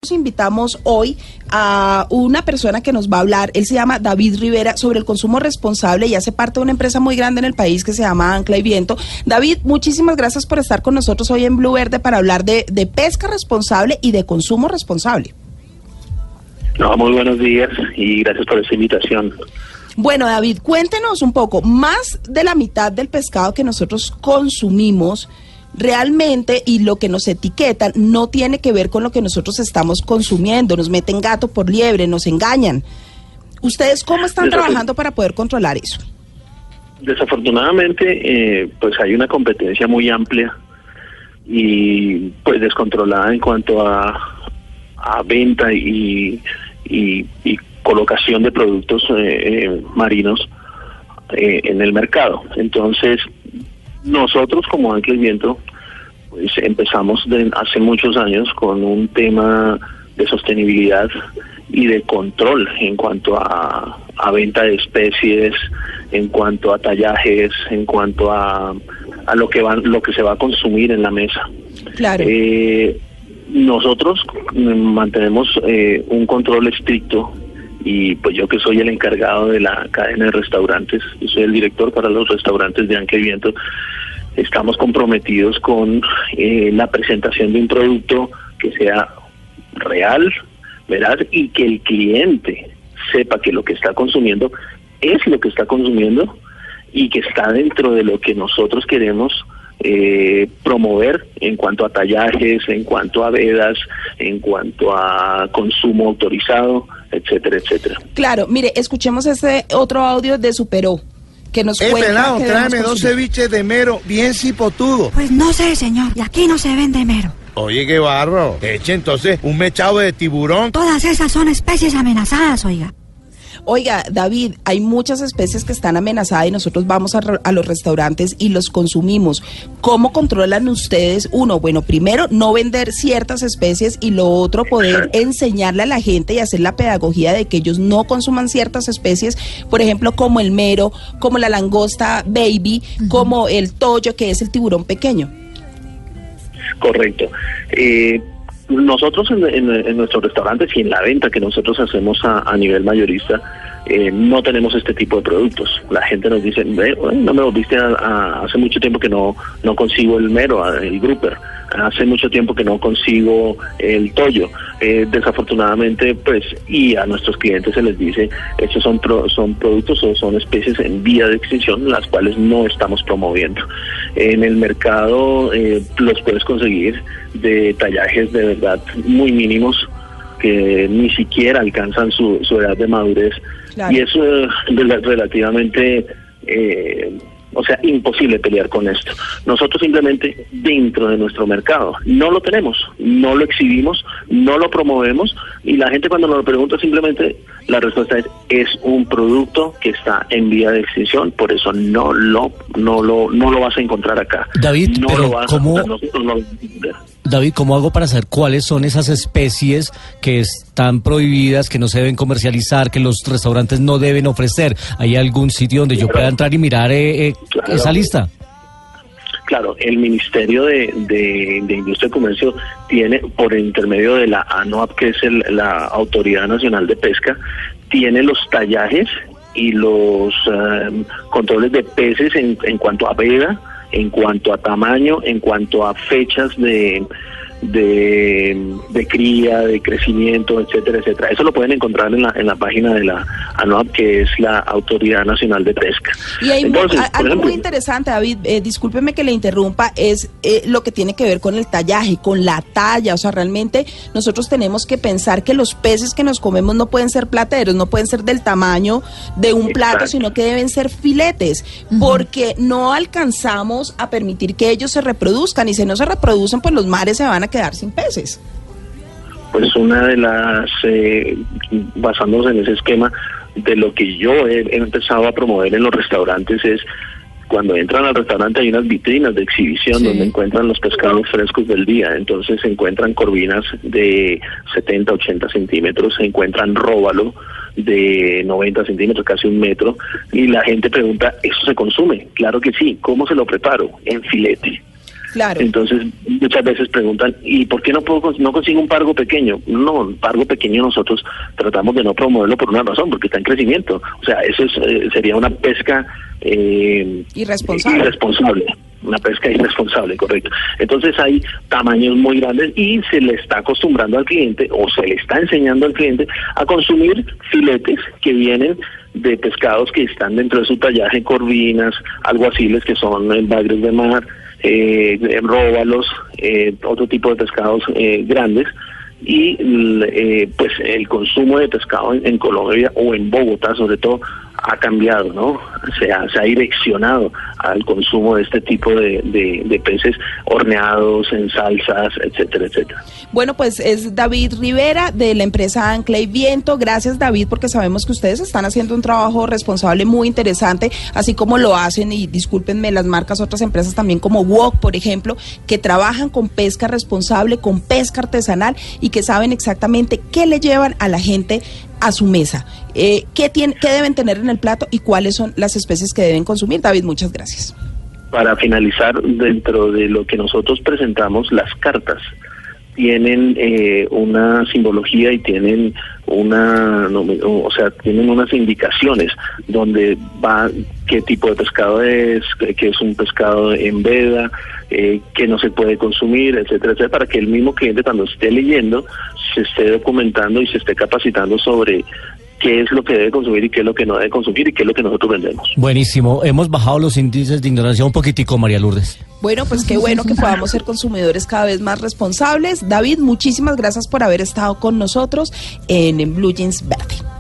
Invitamos hoy a una persona que nos va a hablar. Él se llama David Rivera, sobre el consumo responsable y hace parte de una empresa muy grande en el país que se llama Ancla y Viento. David, muchísimas gracias por estar con nosotros hoy en Blue Verde para hablar de pesca responsable y de consumo responsable. No, muy buenos días y gracias por esta invitación. Bueno, David, cuéntenos un poco. Más de la mitad del pescado que nosotros consumimos realmente, y lo que nos etiquetan, no tiene que ver con lo que nosotros estamos consumiendo. Nos meten gato por liebre, nos engañan. ¿Ustedes cómo están trabajando para poder controlar eso? Desafortunadamente, pues hay una competencia muy amplia y pues descontrolada en cuanto a venta y colocación de productos marinos en el mercado. Entonces, nosotros como Ancla y Viento pues empezamos hace muchos años con un tema de sostenibilidad y de control en cuanto a venta de especies, en cuanto a tallajes, en cuanto a lo que se va a consumir en la mesa. Claro. Nosotros mantenemos un control estricto, y pues yo que soy el encargado de la cadena de restaurantes, yo soy el director para los restaurantes de Ancla y Viento, estamos comprometidos con la presentación de un producto que sea real, veraz, y que el cliente sepa que lo que está consumiendo es lo que está consumiendo y que está dentro de lo que nosotros queremos promover en cuanto a tallajes, en cuanto a vedas, en cuanto a consumo autorizado, etcétera, etcétera. Claro, mire, escuchemos este otro audio de Superó, que nos cuenta. Pelado, tráeme 2 ceviches de mero, bien cipotudo. Pues no sé, señor, y aquí no se vende mero. Oye, qué barro. Eche entonces un mechado de tiburón. Todas esas son especies amenazadas, oiga. Oiga, David, hay muchas especies que están amenazadas y nosotros vamos a los restaurantes y los consumimos. ¿Cómo controlan ustedes? Uno, bueno, primero, no vender ciertas especies, y lo otro, poder enseñarle a la gente y hacer la pedagogía de que ellos no consuman ciertas especies, por ejemplo, como el mero, como la langosta baby, como el toyo, que es el tiburón pequeño. Correcto. Nosotros en nuestros restaurantes y en la venta que nosotros hacemos a nivel mayorista, no tenemos este tipo de productos. La gente nos dice, no me volviste hace mucho tiempo que no consigo el mero, el grouper, hace mucho tiempo que no consigo el toyo. Desafortunadamente, pues, y a nuestros clientes se les dice, estos son productos o son especies en vía de extinción, las cuales no estamos promoviendo. En el mercado los puedes conseguir de tallajes de verdad muy mínimos, que ni siquiera alcanzan su edad de madurez. Claro. Y eso es relativamente, imposible pelear con esto. Nosotros simplemente dentro de nuestro mercado no lo tenemos, no lo exhibimos, no lo promovemos, y la gente cuando nos lo pregunta simplemente la respuesta es un producto que está en vía de extinción, por eso no lo vas a encontrar acá. David, no pero lo vas ¿cómo? A nosotros no lo vamos a entender. David, ¿cómo hago para saber cuáles son esas especies que están prohibidas, que no se deben comercializar, que los restaurantes no deben ofrecer? ¿Hay algún sitio donde yo pueda entrar y mirar esa lista? Claro, el Ministerio de Industria y Comercio tiene, por intermedio de la ANOAP, que es la Autoridad Nacional de Pesca, tiene los tallajes y los controles de peces en cuanto a veda, en cuanto a tamaño, en cuanto a fechas de cría, de crecimiento, etcétera, etcétera. Eso lo pueden encontrar en la página de la ANOAP, que es la Autoridad Nacional de Pesca. Y hay algo muy interesante, David, discúlpeme que le interrumpa, es lo que tiene que ver con el tallaje, con la talla. O sea, realmente nosotros tenemos que pensar que los peces que nos comemos no pueden ser plateros, no pueden ser del tamaño de un plato, sino que deben ser filetes, porque no alcanzamos a permitir que ellos se reproduzcan, y si no se reproducen, pues los mares se van a quedar sin peces. Pues una de las, basándonos en ese esquema, de lo que yo he empezado a promover en los restaurantes es, cuando entran al restaurante hay unas vitrinas de exhibición donde encuentran los pescados frescos del día. Entonces se encuentran corvinas de 70, 80 centímetros, se encuentran róbalo de 90 centímetros, casi 1 metro, y la gente pregunta, ¿eso se consume? Claro que sí. ¿Cómo se lo preparo? En filete. Claro. Entonces, muchas veces preguntan, ¿y por qué no consigo un pargo pequeño? No, un pargo pequeño nosotros tratamos de no promoverlo por una razón, porque está en crecimiento. O sea, eso sería una pesca irresponsable. Una pesca irresponsable, correcto. Entonces hay tamaños muy grandes y se le está acostumbrando al cliente, o se le está enseñando al cliente a consumir filetes que vienen de pescados que están dentro de su tallaje, corvinas, alguaciles, que son bagres de mar, róbalos, otro tipo de pescados grandes. Y pues el consumo de pescado en Colombia, o en Bogotá sobre todo, ha cambiado, ¿no? Se ha direccionado al consumo de este tipo de peces horneados, en salsas, etcétera, etcétera. Bueno, pues es David Rivera de la empresa Ancla y Viento. Gracias, David, porque sabemos que ustedes están haciendo un trabajo responsable muy interesante, así como lo hacen, y discúlpenme, las marcas, otras empresas también como Wok, por ejemplo, que trabajan con pesca responsable, con pesca artesanal, y que saben exactamente qué le llevan a la gente a su mesa, qué deben tener en el plato y cuáles son las especies que deben consumir. David, muchas gracias. Para finalizar, dentro de lo que nosotros presentamos, las cartas tienen una simbología y tienen tienen unas indicaciones donde va qué tipo de pescado es, que es un pescado en veda, que no se puede consumir, etcétera, etcétera, para que el mismo cliente, cuando esté leyendo, se esté documentando y se esté capacitando sobre qué es lo que debe consumir y qué es lo que no debe consumir y qué es lo que nosotros vendemos. Buenísimo. Hemos bajado los índices de ignorancia un poquitico, María Lourdes. Bueno, pues qué bueno que podamos ser consumidores cada vez más responsables. David, muchísimas gracias por haber estado con nosotros en Blue Jeans Verde.